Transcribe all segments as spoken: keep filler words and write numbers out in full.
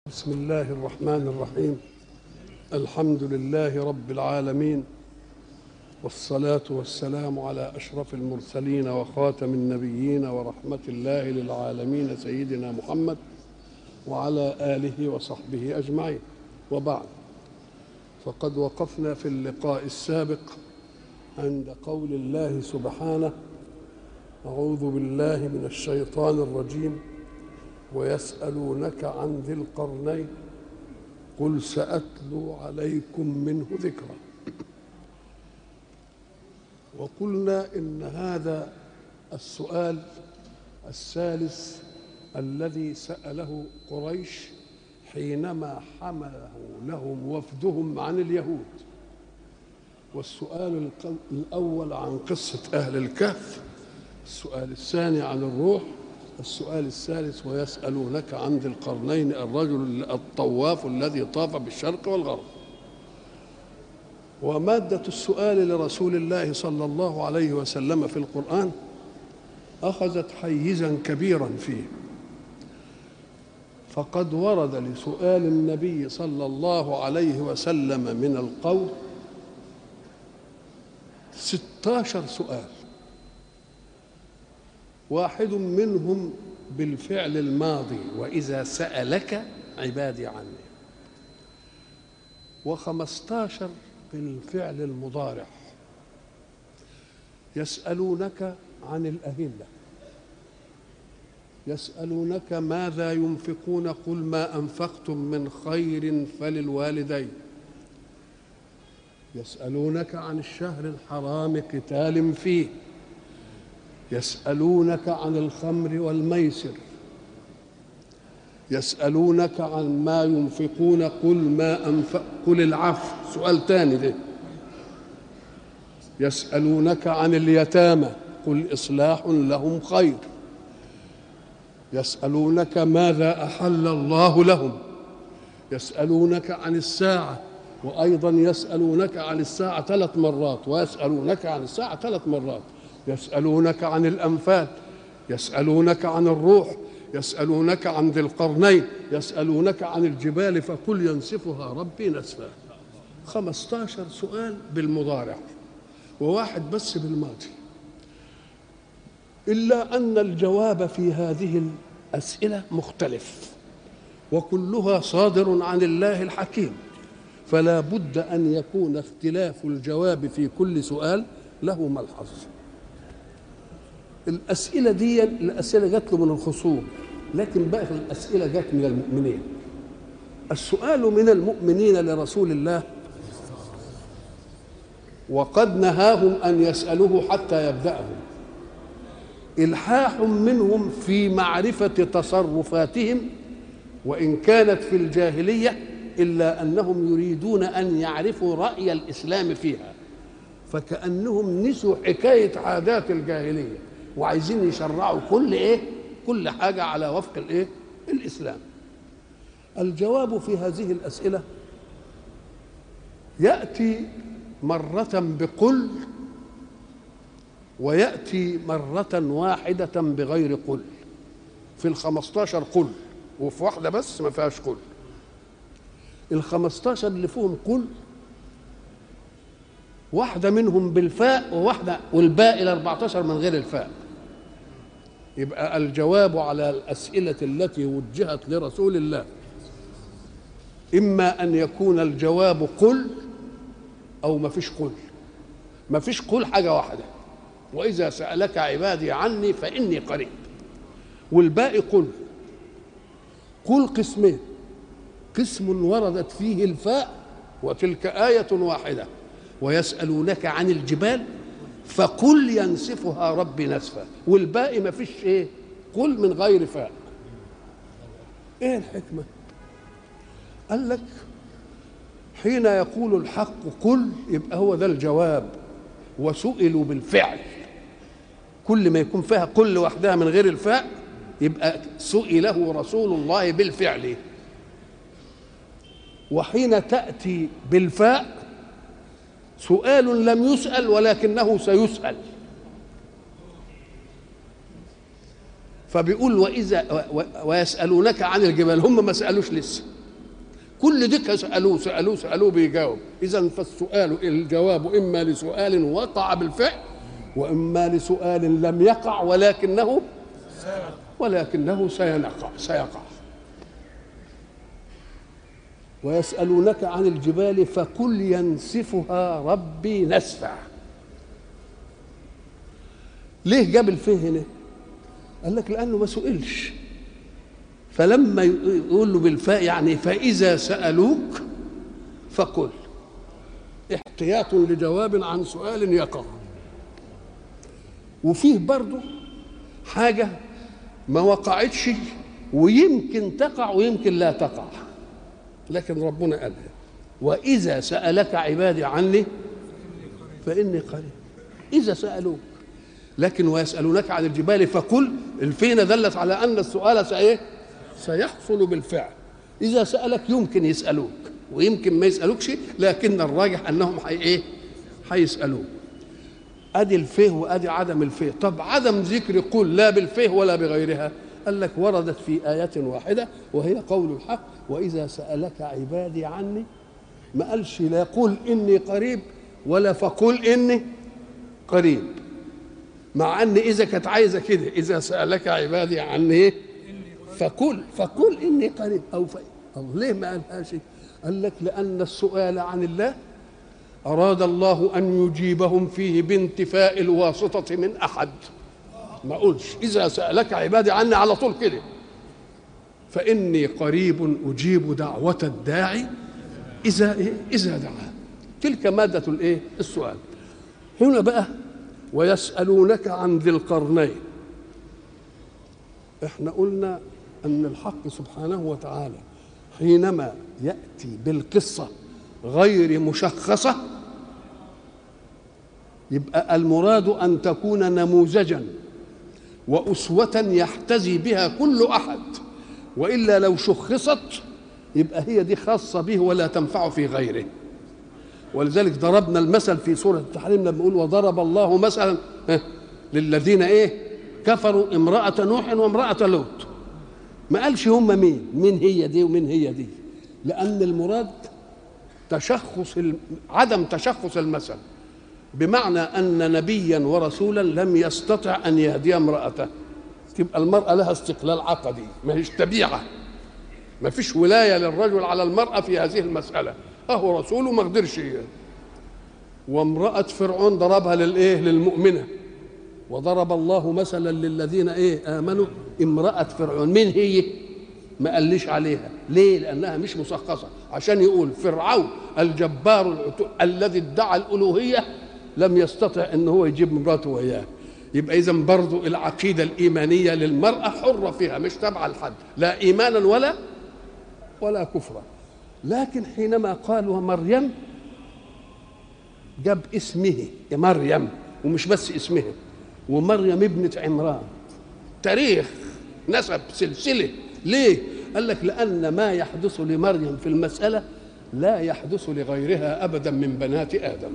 بسم الله الرحمن الرحيم. الحمد لله رب العالمين، والصلاة والسلام على أشرف المرسلين وخاتم النبيين ورحمة الله للعالمين سيدنا محمد وعلى آله وصحبه أجمعين، وبعد، فقد وقفنا في اللقاء السابق عند قول الله سبحانه: أعوذ بالله من الشيطان الرجيم، ويسألونك عن ذي القرنين قل سأتلو عليكم منه ذكرا. وقلنا إن هذا السؤال الثالث الذي سأله قريش حينما حمله لهم وفدهم عن اليهود، والسؤال الأول عن قصة أهل الكهف، السؤال الثاني عن الروح، السؤال الثالث ويسألونك عن ذي القرنين الرجل الطواف الذي طاف بالشرق والغرب. ومادة السؤال لرسول الله صلى الله عليه وسلم في القرآن أخذت حيزا كبيرا فيه، فقد ورد لسؤال النبي صلى الله عليه وسلم من القول ستاشر سؤال، واحد منهم بالفعل الماضي وإذا سألك عبادي عني، وخمستاشر بالفعل المضارع يسألونك عن الأهلة، يسألونك ماذا ينفقون قل ما أنفقتم من خير فللوالدين، يسألونك عن الشهر الحرام قتال فيه، يسألونك عن الخمر والميسر، يسألونك عن ما ينفقون قل ما أنفق قل العفو، سؤال تاني ده، يسألونك عن اليتامى قل إصلاح لهم خير، يسألونك ماذا أحل الله لهم، يسألونك عن الساعة، وأيضا يسألونك عن الساعة ثلاث مرات، ويسألونك عن الساعة ثلاث مرات، يسألونك عن الأنفال، يسألونك عن الروح، يسألونك عن ذي القرنين، يسألونك عن الجبال فقل ينسفها ربي نسفا. خمستاشر سؤال بالمضارع وواحد بس بالماضي، إلا أن الجواب في هذه الأسئلة مختلف، وكلها صادر عن الله الحكيم، فلا بد أن يكون اختلاف الجواب في كل سؤال له ملحظ. الأسئلة دي الأسئلة جات له من الخصوم، لكن بقى الأسئلة جات من المؤمنين. السؤال من المؤمنين لرسول الله، وقد نهاهم أن يسألوه حتى يبدأهم، إلحاح منهم في معرفة تصرفاتهم وإن كانت في الجاهلية، إلا أنهم يريدون أن يعرفوا رأي الإسلام فيها، فكأنهم نسوا حكاية عادات الجاهلية وعايزين يشرعوا كل ايه كل حاجه على وفق الايه الاسلام. الجواب في هذه الاسئله ياتي مره بقل، وياتي مره واحده بغير قل. في الخمستاشر قل، وفي واحده بس ما فيهاش قل. الخمستاشر اللي فيهم قل واحده منهم بالفاء وواحده، والباقي الاربعتاشر من غير الفاء. يبقى الجواب على الأسئلة التي وجهت لرسول الله إما أن يكون الجواب قل أو ما فيش قل. ما فيش قل حاجة واحدة، وإذا سألك عبادي عني فإني قريب، والباقي قل. قل قسمين، قسم وردت فيه الفاء وتلك آية واحدة، ويسألونك عن الجبال فقل ينسفها ربي نسفا، والباقي ما فيش ايه قل من غير فاء. ايه الحكمة؟ قال لك حين يقول الحق قل يبقى هو ده الجواب، وسئلوا بالفعل. كل ما يكون فيها قل وحدها من غير الفاء يبقى سئله رسول الله بالفعل، وحين تأتي بالفاء سؤال لم يسأل ولكنه سيسأل. فبيقول وإذا ويسألونك عن الجبال، هم ما سألوش لسه، كل ديك سالوه سالوه سالوه بيجاوب. اذا فالسؤال الجواب اما لسؤال وقع بالفعل واما لسؤال لم يقع ولكنه ولكنه سيقع سيقع ويسالونك عن الجبال فقل ينسفها ربي نسفا. ليه جاب الفيه هنا؟ قال لك لانه ما سئلش، فلما يقول له بالفاء يعني فاذا سالوك فقل، احتياط لجواب عن سؤال يقع. وفيه برضه حاجه ما وقعتش ويمكن تقع ويمكن لا تقع، لكن ربنا قالها واذا سالك عبادي عني فاني قريب. اذا سالوك، لكن ويسالونك عن الجبال فقل الفين دلت على ان السؤال سايه سيحصل بالفعل. اذا سالك يمكن يسالوك ويمكن ما يسالوكش، لكن الراجح انهم حي ايه هيسالوك. ادي الفيه وادي عدم الفيه. طب عدم ذكر قل لا بالفيه ولا بغيرها، قال لك وردت في آية واحدة وهي قول الحق وإذا سألك عبادي عني. ما قالش لا قل إني قريب ولا فقل إني قريب، مع أن إذا كانت عايزة كده إذا سألك عبادي عني فقل فقل إني قريب أو ف... أو ليه ما قالهاش؟ قال لك لأن السؤال عن الله أراد الله أن يجيبهم فيه بانتفاء الواسطة من أحد. ما قلش إذا سألك عبادي عني على طول كده، فإني قريب أجيب دعوة الداعي إذا إيه؟ إذا دعا. تلك مادة الإيه؟ السؤال. هنا بقى ويسألونك عن ذي القرنين. إحنا قلنا أن الحق سبحانه وتعالى حينما يأتي بالقصة غير مشخصة يبقى المراد أن تكون نموذجا وأسوة يحتذي بها كل أحد، وإلا لو شخصت يبقى هي دي خاصة به ولا تنفع في غيره. ولذلك ضربنا المثل في سورة التحريم لما نقول وضرب الله مثلا للذين إيه كفروا امرأة نوح وامرأة لوط. ما قالش هم مين مين هي دي ومين هي دي، لأن المراد تشخص عدم تشخص المثل، بمعنى أن نبيا ورسولا لم يستطع أن يهدي امرأته. تبقى المرأة لها استقلال عقدي، ما هيش تبيعة، ما فيش ولاية للرجل على المرأة في هذه المسألة. أهو رسوله ما قدرش. وامرأة فرعون ضربها للإيه للمؤمنة، وضرب الله مثلا للذين إيه آمنوا امرأة فرعون. مين هي؟ ما قاليش عليها. ليه؟ لأنها مش مشخصة، عشان يقول فرعون الجبار العتو الذي ادعى الألوهية لم يستطع ان هو يجيب مراته وياه. يبقى اذا برضه العقيده الايمانيه للمراه حره فيها، مش تابعه لحد، لا ايمانا ولا ولا كفرا. لكن حينما قالوا مريم جاب اسمه مريم، ومش بس اسمه، ومريم ابنه عمران، تاريخ نسب سلسله. ليه؟ قال لك لان ما يحدث لمريم في المساله لا يحدث لغيرها ابدا من بنات ادم،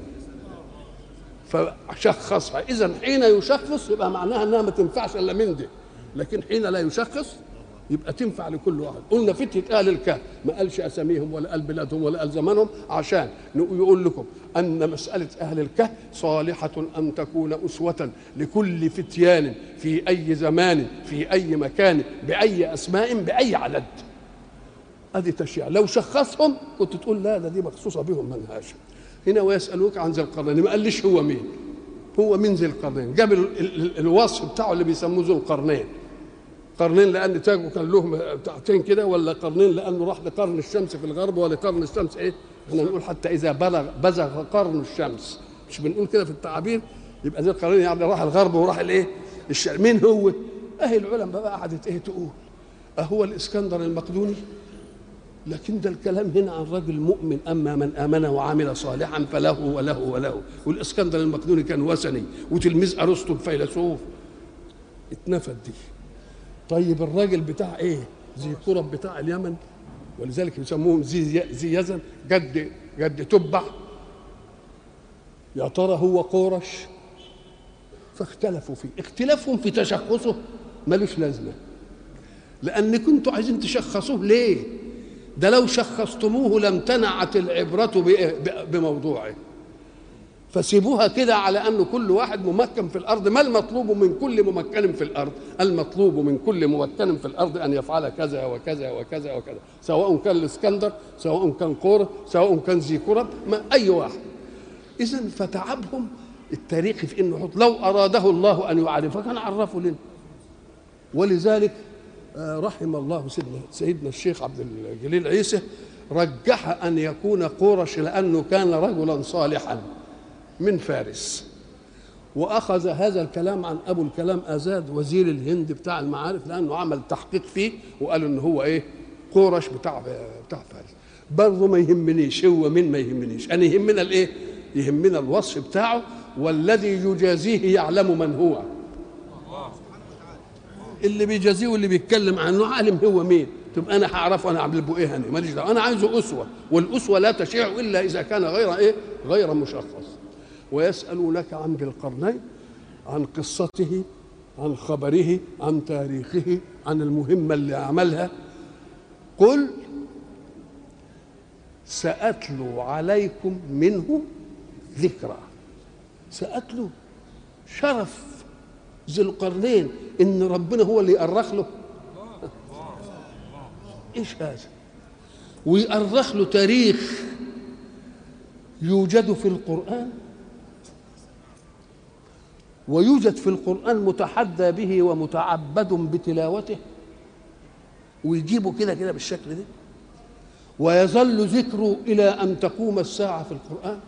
فشخصها. اذا حين يشخص يبقى معناها انها ما تنفعش الا من دي، لكن حين لا يشخص يبقى تنفع لكل واحد. قلنا فتية اهل الكهف ما قالش اساميهم ولا قال بلادهم ولا قال زمانهم، عشان يقول لكم ان مساله اهل الكهف صالحه ان تكون اسوه لكل فتيان في اي زمان في اي مكان باي اسماء باي عدد. ادي تشريع. لو شخصهم كنت تقول لا ده دي مخصوصه بهم منهاش. هنا ويسألوك عن ذي القرنين، ما قالش هو مين هو مين ذي القرنين. جاب الوصف بتاعه اللي بيسموه ذو القرنين. قرنين لأن تاجه كان له بتاعتين كده، ولا قرنين لأنه راح لقرن الشمس في الغرب، ولا قرن الشمس إيه؟ احنا نقول حتى إذا بلغ بزغ قرن الشمس، مش بنقول كده في التعابير؟ يبقى ذي القرنين يعني راح الغرب وراح الإيه؟ الشرق. مين هو؟ أهل العلماء بقى قعدت إيه تقول؟ أهو الإسكندر المقدوني؟ لكن ده الكلام هنا عن رجل مؤمن، اما من امن وعمل صالحا فله وله وله. والاسكندر المقدوني كان وثني وتلميذ ارسطو الفيلسوف، اتنفت دي. طيب الراجل بتاع ايه؟ ذي قرب بتاع اليمن، ولذلك بيسموهم ذي ذي يزن، جد جد تبع. يا ترى هو قورش؟ فاختلفوا فيه. اختلافهم في تشخصه ملوش لازمه، لان كنتوا عايزين تشخصوه ليه؟ ده لو شخصتموه لم تنعت العبرة بموضوعه، فسيبوها كده على أنه كل واحد ممكن في الأرض. ما المطلوب من كل ممكن في الأرض؟ المطلوب من كل ممكن في الأرض أن يفعل كذا وكذا وكذا وكذا، سواء كان الإسكندر، سواء كان قورة، سواء كان ذي كرب، ما أي واحد. إذن فتعبهم التاريخ في إنه لو أراده الله أن يعرفه كان عرفه لنا. ولذلك رحم الله سيدنا سيدنا الشيخ عبد الجليل عيسى رجح أن يكون قورش لأنه كان رجلا صالحا من فارس، وأخذ هذا الكلام عن أبو الكلام آزاد وزير الهند بتاع المعارف، لأنه عمل تحقيق فيه وقال إن هو إيه قورش بتاع بتاع فارس. برضه ما يهمنيش هو مين، ما يهمنيش أنا، يهمنا الإيه؟ يهمنا الوصف بتاعه، والذي يجازيه يعلم من هو. اللي بيجازيه واللي بيتكلم عنه عالم هو مين. طب انا هعرفه انا اعمل له ايه؟ انا ماليش دعوه، انا عايزه اسوه، والاسوه لا تشيع الا اذا كان غير ايه؟ غير مشخص. ويسالونك عن ذي القرنين، عن قصته، عن خبره، عن تاريخه، عن المهمه اللي عملها. قل سأتلو عليكم منه ذكرى. سأتلو شرف ذي القرنين ان ربنا هو اللي يأرخ له. ايش هذا؟ ويأرخ له تاريخ يوجد في القرآن، ويوجد في القرآن متحدى به ومتعبد بتلاوته، ويجيبه كده كده بالشكل ده، ويظل ذكره إلى أن تقوم الساعة في القرآن،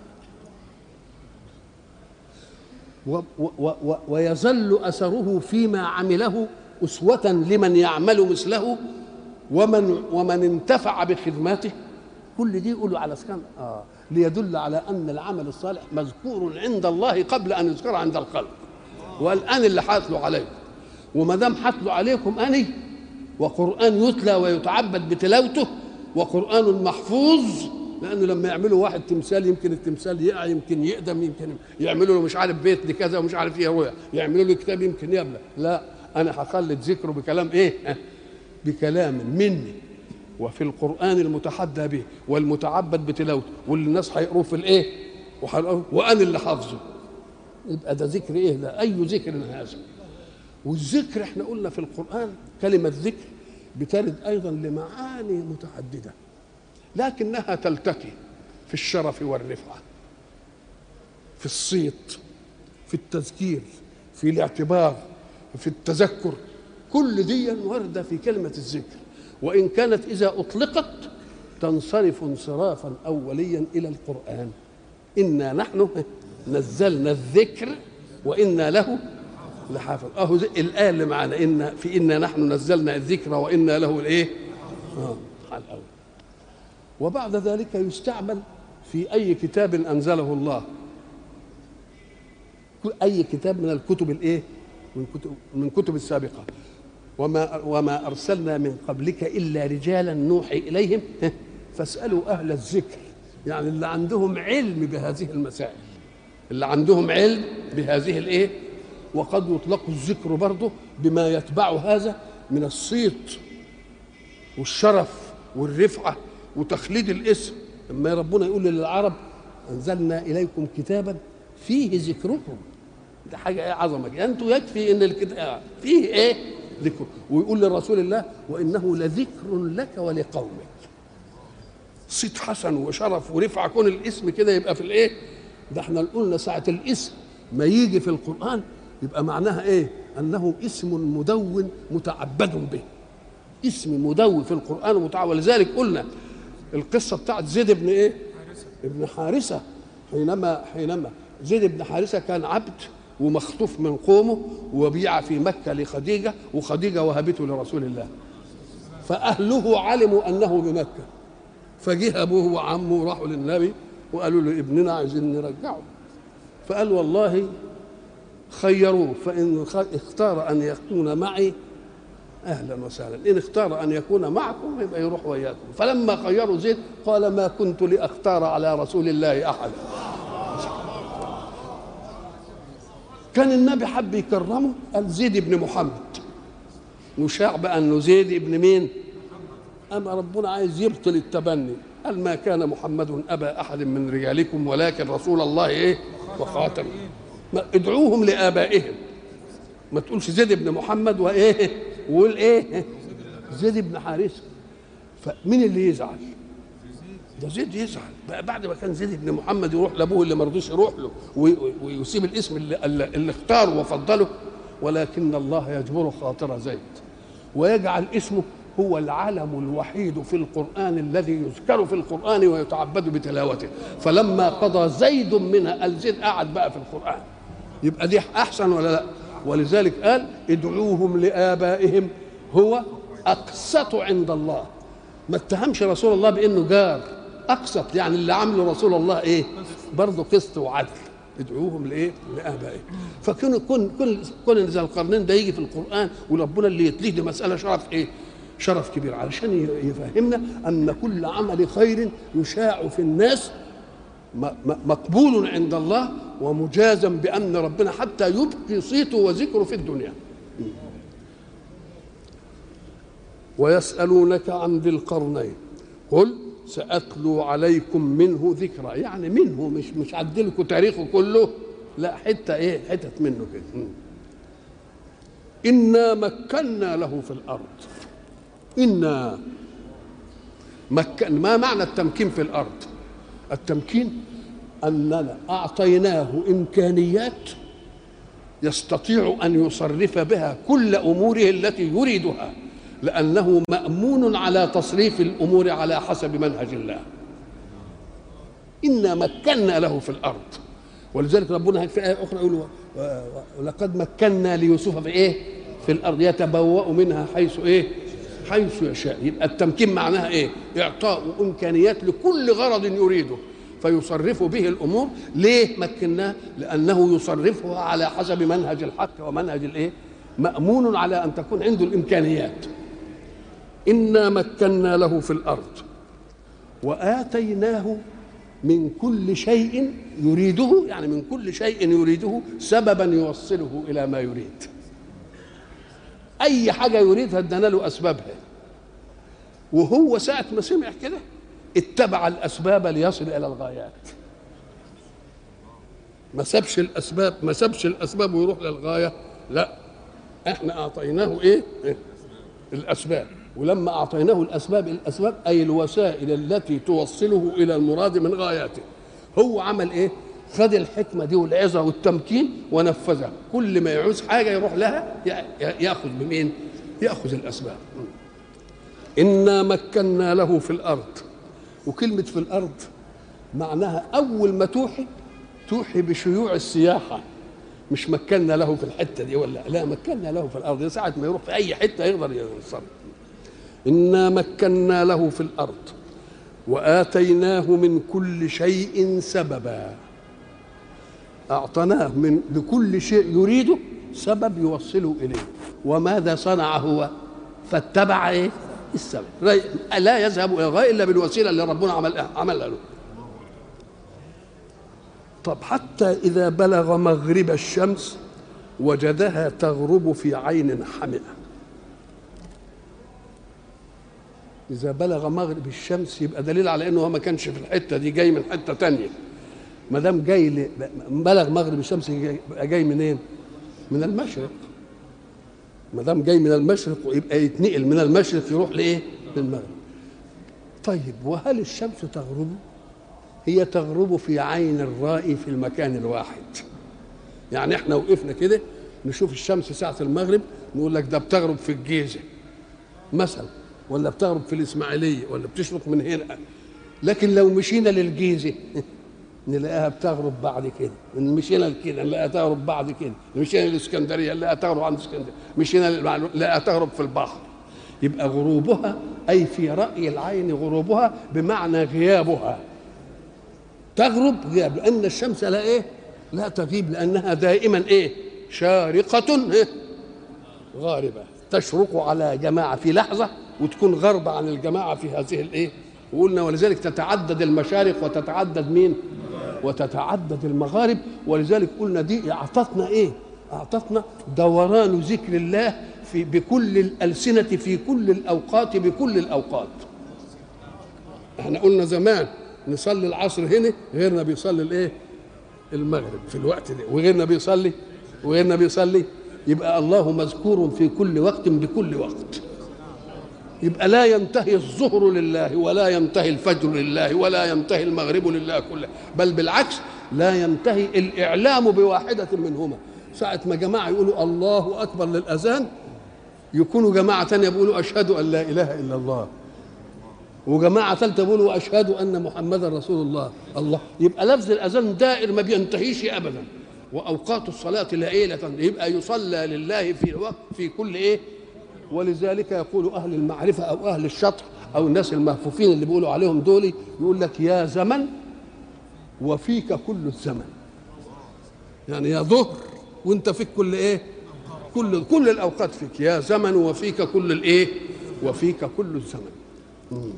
و و و ويظل أثره فيما عمله أسوة لمن يعمل مثله ومن ومن انتفع بخدماته. كل دي يقولوا على سكان آه ليدل على أن العمل الصالح مذكور عند الله قبل أن يذكر عند الخلق. والآن اللي حاتلوا عليكم، وما دام حاتلوا عليكم أني وقرآن يتلى ويتعبد بتلاوته وقرآن محفوظ، لأنه لما يعملوا واحد تمثال يمكن التمثال يقع، يمكن يقدم، يمكن يعملوا له مش عارف بيت لكذا ومش عارف ايه، يعملوا له كتاب يمكن يبلى. لا، أنا هخلد ذكره بكلام ايه؟ بكلام مني وفي القرآن المتحدى به والمتعبد بتلاوته واللي الناس هيقروه في الايه وأنا اللي حافظه. يبقى ده ذكر ايه؟ ده أي ذكر هذا؟ والذكر احنا قلنا في القرآن كلمة ذكر بترد أيضا لمعاني متعددة، لكنها تلتقي في الشرف والرفعة، في الصيت، في التذكير، في الاعتبار، في التذكر. كل دي واردة في كلمة الذكر، وإن كانت إذا أطلقت تنصرف انصرافا أوليا إلى القرآن. إنا نحن نزلنا الذكر وإنا له لحافظ. أهو الآية اللي معنا إن في إنا نحن نزلنا الذكر وإنا له الإيه؟ آه الأول. وبعد ذلك يستعمل في أي كتاب أنزله الله، أي كتاب من الكتب الإيه؟ من كتب من كتب السابقة. وما وما أرسلنا من قبلك إلا رجالا نوحي إليهم فاسألوا أهل الذكر، يعني اللي عندهم علم بهذه المسائل، اللي عندهم علم بهذه الإيه. وقد يطلق الذكر برضه بما يتبع هذا من الصيت والشرف والرفعة وتخليد الاسم. لما ربنا يقول للعرب أنزلنا إليكم كتابا فيه ذكركم، ده حاجة إيه عظمة. يعني أنتوا يكفي إن الكتاب فيه إيه؟ ذكر. ويقول لرسول الله وإنه لذكر لك ولقومك. صيت حسن وشرف ورفعة، كون الاسم كده يبقى في الإيه؟ ده احنا قلنا ساعة الاسم ما يجي في القرآن يبقى معناها إيه؟ أنه اسم مدون متعبد به، اسم مدون في القرآن ومتعبد. ولذلك قلنا القصة بتاعت زيد بن إيه؟ ابن حارثة. حينما حينما زيد بن حارثة كان عبد ومخطوف من قومه وبيع في مكة لخديجة، وخديجة وهبته لرسول الله، فأهله علموا أنه بمكة، فجه أبوه وعمه وراحوا للنبي وقالوا له ابننا عايزين نرجعه. فقال والله خيروه، فإن اختار أن يكون معي أهلا وسهلا، إن اختار أن يكون معكم يبقى يروح وياكم. فلما خيروا زيد قال ما كنت لأختار على رسول الله أحد. كان النبي حب يكرمه، قال زيد بن محمد، وشاع بقى انه زيد ابن مين؟ أما ربنا عايز يبطل التبني، قال ما كان محمد أبا أحد من رجالكم ولكن رسول الله إيه وخاتم. ادعوهم لآبائهم، ما تقولش زيد بن محمد وإيه وقول إيه زيد بن حارثة. فمين اللي يزعل؟ ده زيد يزعل بقى بعد ما كان زيد بن محمد يروح لابوه اللي ما رضيش يروح له ويسيب الاسم اللي, اللي اختاره وفضله، ولكن الله يجبر خاطر زيد ويجعل اسمه هو العلم الوحيد في القرآن الذي يذكر في القرآن ويتعبد بتلاوته. فلما قضى زيد منها قال زيد قعد بقى في القرآن، يبقى دي أحسن ولا لا؟ ولذلك قال ادعوهم لآبائهم هو أقسط عند الله. ما اتهمش رسول الله بأنه جار، أقسط يعني اللي عمله رسول الله إيه برضه قسط وعدل. ادعوهم لايه؟ لآبائهم. فكون كل كل كل ذا القرنين ده يجي في القرآن وربنا اللي يتليه دي مسألة شرف ايه؟ شرف كبير، علشان يفهمنا ان كل عمل خير يشاع في الناس مقبول عند الله ومجازا بأن ربنا حتى يبقي صيته وذكره في الدنيا. ويسألونك عن ذي القرنين قل سأتلو عليكم منه ذكرى، يعني منه مش مش عدلكم تاريخه كله، لا حته ايه حتت منه كده. إنا مكنا له في الأرض. إنا مكن، ما معنى التمكين في الأرض؟ التمكين أننا أعطيناه إمكانيات يستطيع أن يصرف بها كل أموره التي يريدها، لأنه مأمون على تصريف الأمور على حسب منهج الله. إنا مكنا له في الأرض، ولذلك ربنا في آية أخرى يقول ولقد مكنا ليوسف في إيه؟ في الأرض يتبوأ منها حيث إيه؟ حيث يشاء. يبقى التمكين معناها إيه؟ إعطاء إمكانيات لكل غرض يريده فيصرف به الأمور. ليه مكناه؟ لأنه يصرفها على حسب منهج الحق ومنهج الإيه؟ مأمون على أن تكون عنده الإمكانيات. إنا مكنا له في الأرض وآتيناه من كل شيء يريده، يعني من كل شيء يريده سببا يوصله إلى ما يريد. أي حاجة يريدها ادانا له أسبابها، وهو ساعة ما سمع كده اتبع الأسباب ليصل إلى الغايات. ما سابش الأسباب ما سابش الأسباب ويروح للغاية، لا، احنا أعطيناه إيه؟ إيه؟ الأسباب. ولما أعطيناه الأسباب الأسباب أي الوسائل التي توصله إلى المراد من غاياته. هو عمل إيه؟ خد الحكمة دي والعظة والتمكين ونفذها. كل ما يعوز حاجة يروح لها يأخذ بمين؟ يأخذ الأسباب. إنا مكنا له في الأرض. وكلمة في الأرض معناها أول ما توحي توحي بشيوع السياحة، مش مكنا له في الحتة دي ولا لا، مكنا له في الأرض. ساعة ما يروح في أي حتة يقدر يوصل. إنا مكنا له في الأرض وآتيناه من كل شيء سببا. أعطناه من لكل شيء يريده سبب يوصله إليه. وماذا صنع هو؟ فاتبع إيه؟ السبب. لا يذهب إلى الغاية إلا بالوسيلة اللي ربنا عملها عملها له. طب حتى إذا بلغ مغرب الشمس وجدها تغرب في عين حمئة. إذا بلغ مغرب الشمس يبقى دليل على إنه هو ما كانش في الحتة دي، جاي من حتة تانية. ما دام جاي ل... بلغ مغرب الشمس يبقى جاي منين؟ من المشرق. ما دام جاي من المشرق يبقى يتنقل من المشرق يروح لإيه؟ للمغرب. طيب وهل الشمس تغرب؟ هي تغرب في عين الرائي في المكان الواحد. يعني احنا وقفنا كده نشوف الشمس ساعة المغرب نقول لك ده بتغرب في الجيزة مثلا، ولا بتغرب في الإسماعيلية، ولا بتشرق من هنا. لكن لو مشينا للجيزة نلاقيها بتغرب بعد كده، مشينا لكده نلاقيها تغرب بعد كده، مشينا للإسكندرية نلاقيها تغرب عند اسكندرية، مشينا نلاقيها تغرب في البحر. يبقى غروبها أي في رأي العين غروبها بمعنى غيابها. تغرب غياب، لأن الشمس لا إيه؟ لا تغيب، لأنها دائما إيه؟ شارقة إيه؟ غاربة. تشرق على جماعة في لحظة وتكون غربة عن الجماعة في هذه الإيه؟ وقلنا ولذلك تتعدد المشارق وتتعدد مين؟ وتتعدد المغارب. ولذلك قلنا دي أعطتنا إيه؟ أعطتنا دوران ذكر الله في بكل الألسنة في كل الأوقات بكل الأوقات. احنا قلنا زمان نصلي العصر هنا، غيرنا بيصلي الايه المغرب في الوقت ده، وغيرنا بيصلي وغيرنا بيصلي يبقى الله مذكور في كل وقت بكل وقت. يبقى لا ينتهي الظهر لله ولا ينتهي الفجر لله ولا ينتهي المغرب لله كله، بل بالعكس لا ينتهي الإعلام بواحدة منهما. ساعة ما جماعة يقولوا الله أكبر للأذان، يكونوا جماعة تانية بيقولوا أشهد أن لا إله إلا الله، وجماعة ثالثة بيقولوا أشهد أن محمدا رسول الله. الله، يبقى لفظ الأذان دائر ما بينتهيش أبدا. وأوقات الصلاة لا إيه يبقى يصلى لله في وقت في كل إيه. ولذلك يقول أهل المعرفة أو أهل الشطح أو الناس المهفوفين اللي بيقولوا عليهم دول، يقول لك يا زمن وفيك كل الزمن. يعني يا ظهر وانت فيك كل ايه كل كل الاوقات فيك، يا زمن وفيك كل الايه وفيك كل الزمن. مم.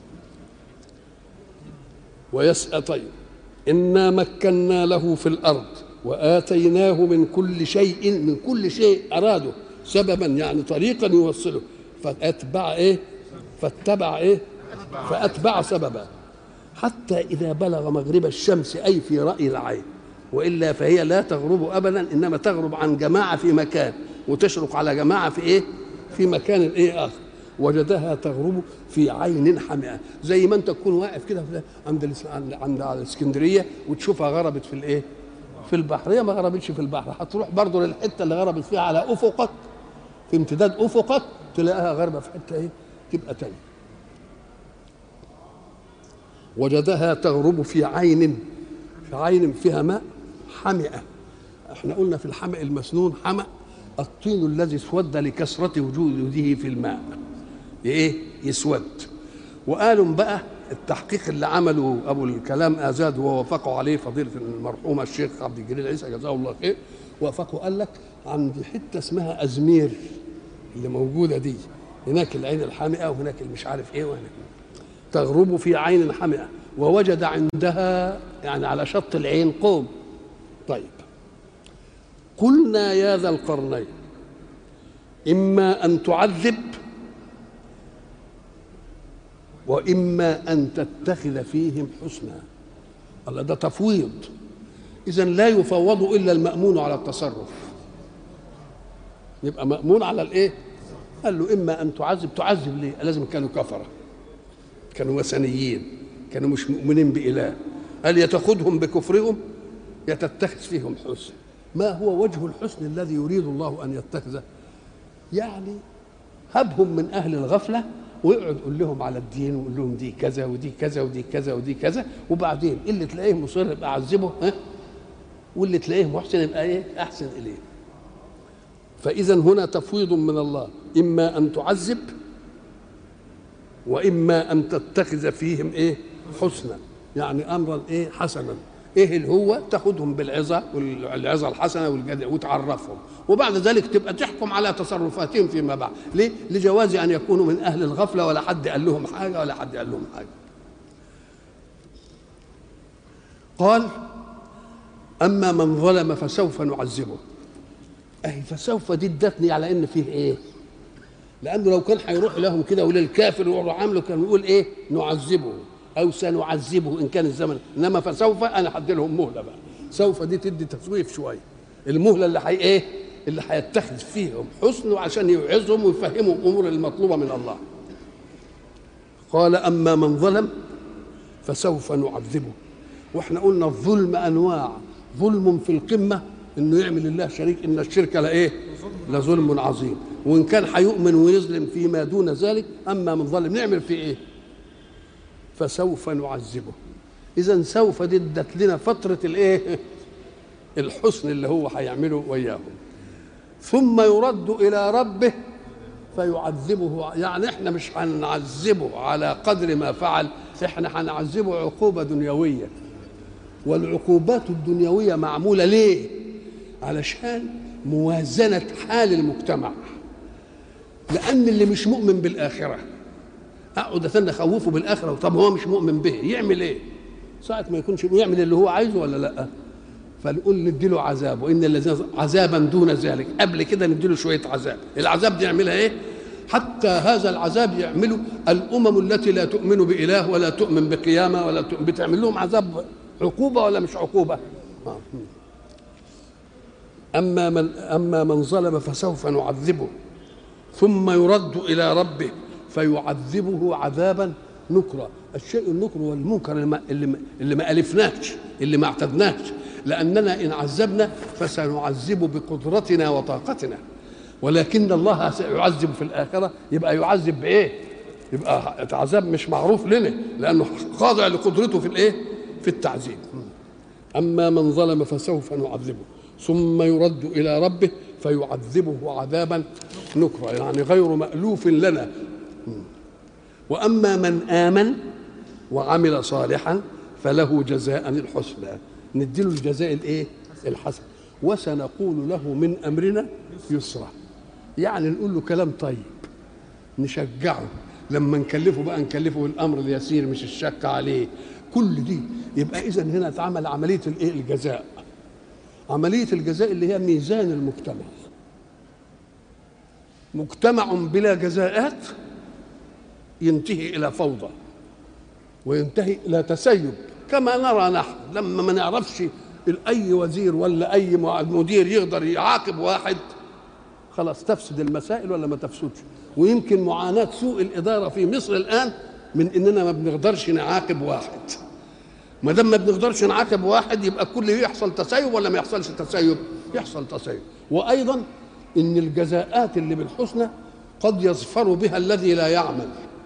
ويسأل طيب إنا مكنا له في الأرض وآتيناه من كل شيء من كل شيء أراده سببا، يعني طريقا يوصله، فأتبع إيه فاتبع إيه فأتبع سببا حتى إذا بلغ مغرب الشمس، أي في رأي العين، وإلا فهي لا تغرب أبدا، إنما تغرب عن جماعة في مكان وتشرق على جماعة في إيه في مكان إيه آخر. وجدها تغرب في عين حمئة، زي ما انت تكون واقف كده عند عند على الاسكندريه وتشوفها غربت في الايه في البحر. هي ما غربتش في البحر، هتروح برضه للحته اللي غربت فيها على افقك، في امتداد افقك تلاقيها غربه في حته ايه تبقى تاني. وجدها تغرب في عين في عين فيها ماء حمئة. احنا قلنا في الحمأ المسنون حمأ الطين الذي اسود لكثرة وجوده في الماء ايه يسود. وقالوا بقى التحقيق اللي عمله ابو الكلام ازاد ووافقوا عليه فضيله المرحوم الشيخ عبد الجليل عيسى جزاه الله خير، وافقوا قال لك عند حته اسمها ازمير اللي موجوده دي، هناك العين الحامئه وهناك مش عارف ايه وهناك تغرب في عين حامئه، ووجد عندها يعني على شط العين قوم. طيب قلنا يا ذا القرنين اما ان تعذب وإما أن تتخذ فيهم حسنا. الله، ده تفويض. إذن لا يفوض إلا المأمون على التصرف، يبقى مأمون على الإيه؟ قال له إما أن تعذب. تعذب ليه؟ لازم كانوا كفرة، كانوا وثنيين، كانوا مش مؤمنين بإله. قال يتخذهم بكفرهم يتتخذ فيهم حسن. ما هو وجه الحسن الذي يريد الله أن يتخذه؟ يعني هبهم من أهل الغفلة ويقعد يقول لهم على الدين ويقول لهم دي كذا ودي كذا ودي كذا ودي كذا، وبعدين اللي تلاقيه مصر يبقى اعذبه، ها، واللي تلاقيه محسن يبقى ايه احسن اليه. فاذا هنا تفويض من الله، اما ان تعذب واما ان تتخذ فيهم ايه حسنا، يعني امرا ايه حسنا. ايه اللي هو تاخذهم بالعظه والعظه الحسنه والجدع وتعرفهم، وبعد ذلك تبقى تحكم على تصرفاتهم فيما بعد. ليه؟ لجواز ان يكونوا من اهل الغفله ولا حد قال لهم حاجه ولا حد قال لهم حاجه. قال اما من ظلم فسوف نعذبه. اي فسوف دي ادتني على ان فيه ايه؟ لانه لو كان هيروح لهم كده وللكافر يروحوا عامله كان يقول ايه نعذبه او سنعذبه ان كان الزمن، انما فسوف انا هدي لهم مهله بقى. سوف دي تدي تسويف شويه، المهله اللي حي ايه اللي هيتخذ فيهم حسن عشان يوعظهم ويفهمهم الامور المطلوبه من الله. قال اما من ظلم فسوف نعذبه. واحنا قلنا الظلم انواع، ظلم في القمه انه يعمل الله شريك، ان الشرك لايه لظلم عظيم، وان كان هيؤمن ويظلم فيما دون ذلك. اما من ظلم نعمل فيه ايه؟ فسوف نعذبه. اذا سوف دي ادت لنا فتره الايه الحسن اللي هو هيعمله وياهم. ثم يرد الى ربه فيعذبه، يعني احنا مش هنعذبه على قدر ما فعل، احنا هنعذبه عقوبه دنيويه. والعقوبات الدنيويه معموله ليه؟ علشان موازنه حال المجتمع. لان اللي مش مؤمن بالاخره اقعد استنى اخوفه بالاخره، طب هو مش مؤمن به يعمل ايه؟ ساعه ما يكونش يعمل اللي هو عايزه ولا لا؟ فنقول نديله عذاب، وان الذين عذابا دون ذلك، قبل كده نديله شويه عذاب. العذاب دي يعملها ايه؟ حتى هذا العذاب يعمله الامم التي لا تؤمن باله ولا تؤمن بقيامه ولا تؤمن، بتعمل لهم عذاب عقوبه ولا مش عقوبه؟ اما من اما من ظلم فسوف نعذبه ثم يرد الى ربه فيعذبه عذابا نكرا. الشيء النكر والمنكر اللي ما, اللي ما, اللي ما الفناش، اللي ما اعتدناش، لاننا ان عذبنا فسنعذب بقدرتنا وطاقتنا، ولكن الله سيعذب في الاخره. يبقى يعذب بايه؟ يبقى عذاب مش معروف لنا، لانه خاضع لقدرته في الايه؟ في التعذيب. اما من ظلم فسوف نعذبه ثم يرد الى ربه فيعذبه عذابا نكرا، يعني غير مألوف لنا. واما من امن وعمل صالحا فله جزاء الحسنى، نديله الجزاء الايه؟ الحسن. وسنقول له من امرنا يسرا، يعني نقول له كلام طيب نشجعه، لما نكلفه بقى نكلفه الامر اليسير مش الشك عليه. كل دي يبقى اذا هنا اتعمل عمليه الايه؟ الجزاء. عمليه الجزاء اللي هي ميزان المجتمع. مجتمع بلا جزاءات ينتهي الى فوضى وينتهي الى تسيب، كما نرى نحن لما ما نعرفش اي وزير ولا اي مدير يقدر يعاقب واحد، خلاص تفسد المسائل ولا ما تفسدش. ويمكن معاناه سوء الاداره في مصر الان من اننا ما بنقدرش نعاقب واحد. ما دام ما بنقدرش نعاقب واحد يبقى كل يحصل تسيب ولا ما يحصلش تسيب؟ يحصل تسيب. وايضا ان الجزاءات اللي بالحسنى قد يظفر بها الذي لا يعمل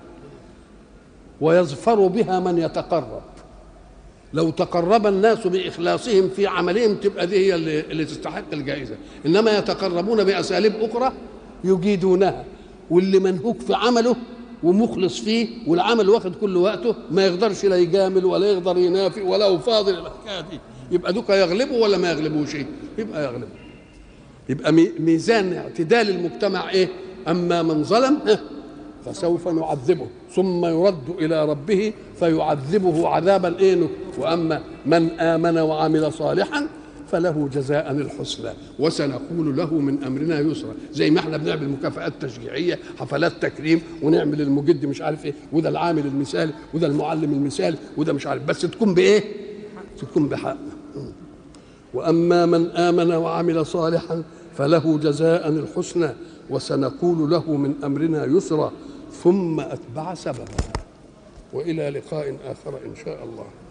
ويظفر بها من يتقرب. لو تقرب الناس بإخلاصهم في عملهم تبقى دي هي اللي, اللي تستحق الجائزة، إنما يتقربون بأساليب أخرى يجيدونها، واللي منهوك في عمله ومخلص فيه والعمل واخد كل وقته ما يقدرش لا يجامل ولا يقدر ينافق ولا هو فاضل الحكاية دي، يبقى دوك يغلبوا ولا ما يغلبوش؟ يبقى يغلبوا. يبقى ميزان اعتدال المجتمع ايه؟ اما من ظلم فسوف نعذبه ثم يرد الى ربه فيعذبه عذابا ايه؟ واما من امن وعمل صالحا فله جزاء الحسنى وسنقول له من امرنا يسرا. زي ما احنا بنعمل مكافآت تشجيعيه، حفلات تكريم، ونعمل المجد مش عارف ايه، وده العامل المثالي وده المعلم المثالي وده مش عارف، بس تكون بايه؟ تكون بحق. واما من امن وعمل صالحا فله جزاء الحسنى وسنقول له من امرنا يسرا ثم اتبع سببا. والى لقاء اخر ان شاء الله.